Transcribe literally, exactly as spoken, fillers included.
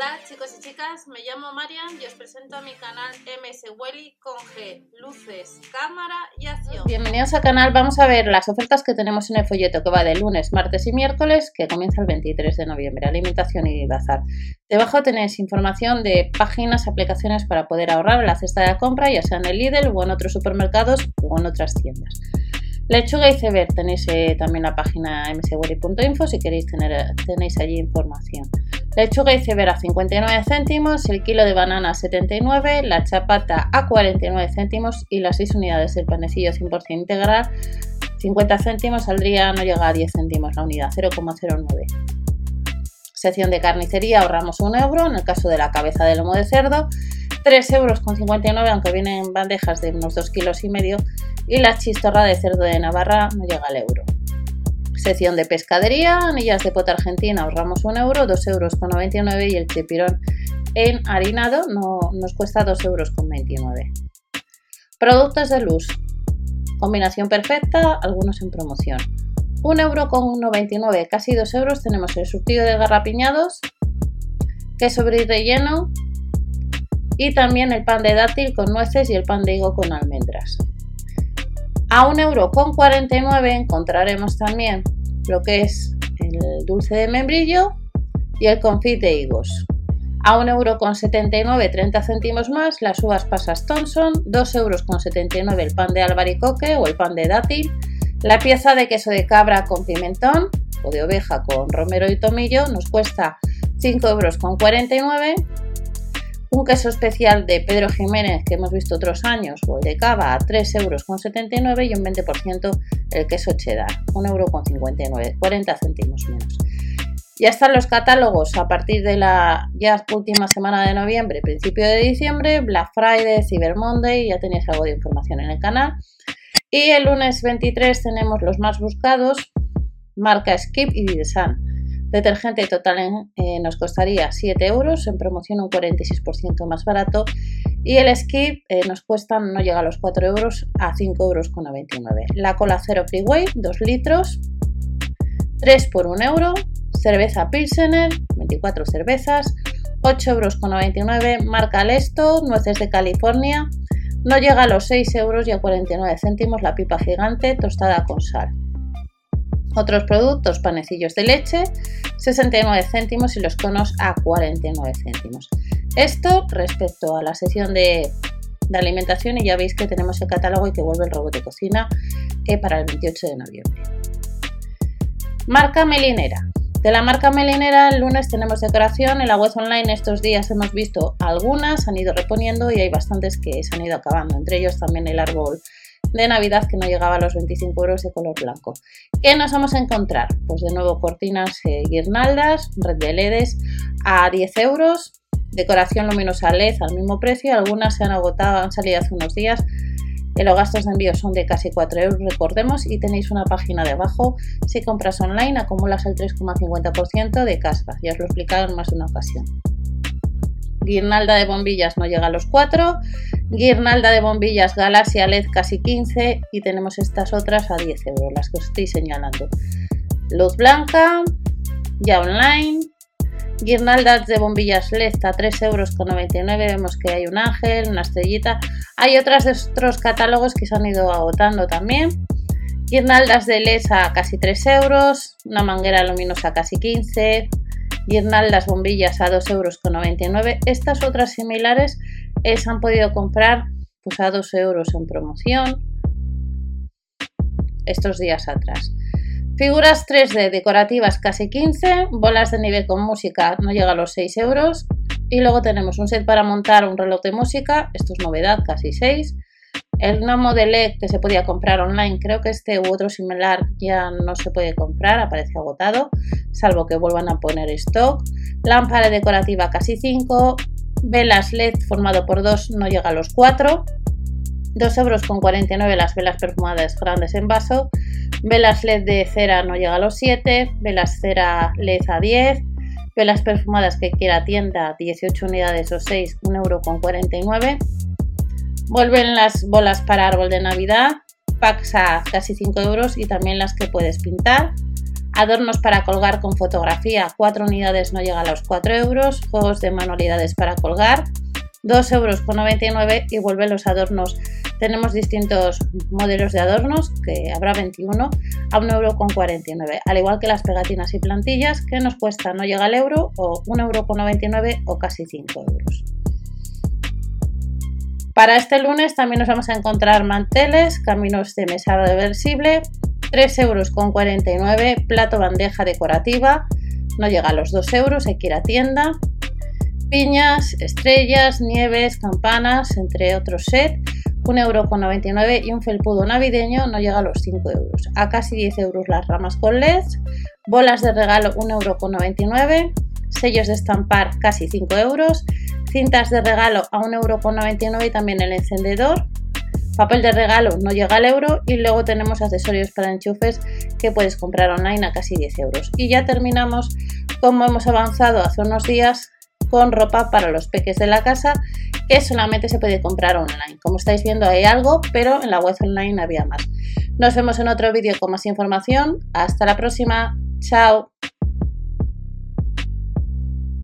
Hola chicos y chicas, me llamo Marian y os presento a mi canal M S Welly con G, luces, cámara y acción. Bienvenidos al canal. Vamos a ver las ofertas que tenemos en el folleto que va de lunes, martes y miércoles, que comienza el veintitrés de noviembre, alimentación y bazar. Debajo tenéis información de páginas, aplicaciones para poder ahorrar en la cesta de la compra, ya sea en el Lidl o en otros supermercados o en otras tiendas. Lechuga iceberg, tenéis eh, también la página m s welly punto info si queréis tener, tenéis allí información. Lechuga iceberg a cincuenta y nueve céntimos, el kilo de banana a setenta y nueve, la chapata a cuarenta y nueve céntimos y las seis unidades del panecillo cien por ciento integral, cincuenta céntimos, saldría, no llega a diez céntimos la unidad, cero coma cero nueve. Sección de carnicería, ahorramos un euro, en el caso de la cabeza de lomo de cerdo, tres euros con cincuenta y nueve, aunque vienen bandejas de unos dos kilos y medio, y la chistorra de cerdo de Navarra no llega al euro. Sección de pescadería, anillas de pota argentina, ahorramos un euro, dos euros con noventa y nueve, y el chipirón enharinado no, nos cuesta dos euros con veintinueve. Productos de luz, combinación perfecta, algunos en promoción. un euro con noventa y nueve, casi dos euros, tenemos el surtido de garrapiñados, queso brie relleno y también el pan de dátil con nueces y el pan de higo con almendras. A un euro con cuarenta y nueve encontraremos también lo que es el dulce de membrillo y el confit de higos. A un euro con setenta y nueve, treinta céntimos más, las uvas pasas Thompson, dos euros con setenta y nueve el pan de albaricoque o el pan de dátil, la pieza de queso de cabra con pimentón o de oveja con romero y tomillo nos cuesta cinco euros con cuarenta y nueve. Un queso especial de Pedro Jiménez que hemos visto otros años o el de cava a tres euros con setenta y nueve y un veinte por ciento el queso cheddar, un euro con cincuenta y nueve, cuarenta céntimos menos. Ya están los catálogos a partir de la ya última semana de noviembre, principio de diciembre, Black Friday, Cyber Monday, ya tenéis algo de información en el canal. Y el lunes veintitrés tenemos los más buscados, marca Skip y Didesan. Detergente total en, eh, nos costaría siete euros, en promoción un cuarenta y seis por ciento más barato, y el Skip eh, nos cuesta, no llega a los cuatro euros, a cinco euros con noventa y nueve. La cola cero Freeway, dos litros, tres por un euro, cerveza Pilsener, veinticuatro cervezas, ocho euros con noventa y nueve, marca Lesto, nueces de California, no llega a los seis euros y a cuarenta y nueve céntimos la pipa gigante tostada con sal. Otros productos, panecillos de leche, sesenta y nueve céntimos y los conos a cuarenta y nueve céntimos. Esto respecto a la sección de, de alimentación, y ya veis que tenemos el catálogo y que vuelve el robot de cocina eh, para el veintiocho de noviembre. Marca Melinera. De la marca Melinera el lunes tenemos decoración. En la web online estos días hemos visto algunas, han ido reponiendo y hay bastantes que se han ido acabando. Entre ellos también el árbol de Navidad que no llegaba a los veinticinco euros de color blanco. ¿Qué nos vamos a encontrar? Pues de nuevo cortinas, eh, guirnaldas, red de L E Ds a diez euros, decoración luminosa L E D al mismo precio, algunas se han agotado, han salido hace unos días, eh, los gastos de envío son de casi cuatro euros, recordemos, y tenéis una página de abajo, si compras online acumulas el tres coma cincuenta por ciento de cashback, ya os lo he explicado en más de una ocasión. Guirnalda de bombillas no llega a los cuatro, guirnalda de bombillas Galaxia L E D casi quince y tenemos estas otras a diez euros, las que os estoy señalando. Luz blanca, ya online, guirnaldas de bombillas L E D a tres euros con noventa y nueve, vemos que hay un ángel, una estrellita, hay otras de otros catálogos que se han ido agotando también. Guirnaldas de L E D a casi tres euros, una manguera luminosa casi quince, guirnaldas bombillas a dos euros con noventa y nueve. Estas otras similares eh, se han podido comprar pues, a dos euros en promoción estos días atrás. Figuras tres D decorativas casi quince, bolas de nieve con música no llega a los seis euros, y luego tenemos un set para montar un reloj de música, esto es novedad, casi seis. El gnomo de L E D que se podía comprar online, creo que este u otro similar ya no se puede comprar, aparece agotado, salvo que vuelvan a poner stock. Lámpara decorativa casi cinco, velas L E D formado por dos no llega a los cuatro, dos euros con cuarenta y nueve las velas perfumadas grandes en vaso, velas L E D de cera no llega a los siete, velas cera L E D a diez, velas perfumadas que quiera tienda dieciocho unidades o seis, un euro con cuarenta y nueve. Vuelven las bolas para árbol de Navidad, packs a casi cinco euros y también las que puedes pintar Adornos para colgar con fotografía, cuatro unidades no llega a los cuatro euros. Juegos de manualidades para colgar, dos euros con noventa y nueve. Y vuelven los adornos. Tenemos distintos modelos de adornos, que habrá veintiuno, a un euro con cuarenta y nueve. Al igual que las pegatinas y plantillas, que nos cuesta no llega al euro, o un euro con noventa y nueve o casi cinco euros. Para este lunes también nos vamos a encontrar manteles, caminos de mesa reversible, tres euros con cuarenta y nueve, plato bandeja decorativa, no llega a los dos euros, hay que ir a tienda, piñas, estrellas, nieves, campanas, entre otros set, un euro con noventa y nueve, y un felpudo navideño no llega a los cinco euros. A casi diez euros las ramas con L E Ds, bolas de regalo un euro con noventa y nueve, sellos de estampar casi cinco euros, cintas de regalo a un euro con noventa y nueve y también el encendedor. Papel de regalo no llega al euro, y luego tenemos accesorios para enchufes que puedes comprar online a casi diez euros. Y ya terminamos, como hemos avanzado hace unos días, con ropa para los peques de la casa, que solamente se puede comprar online. Como estáis viendo hay algo, pero en la web online había más. Nos vemos en otro vídeo con más información. Hasta la próxima. Chao.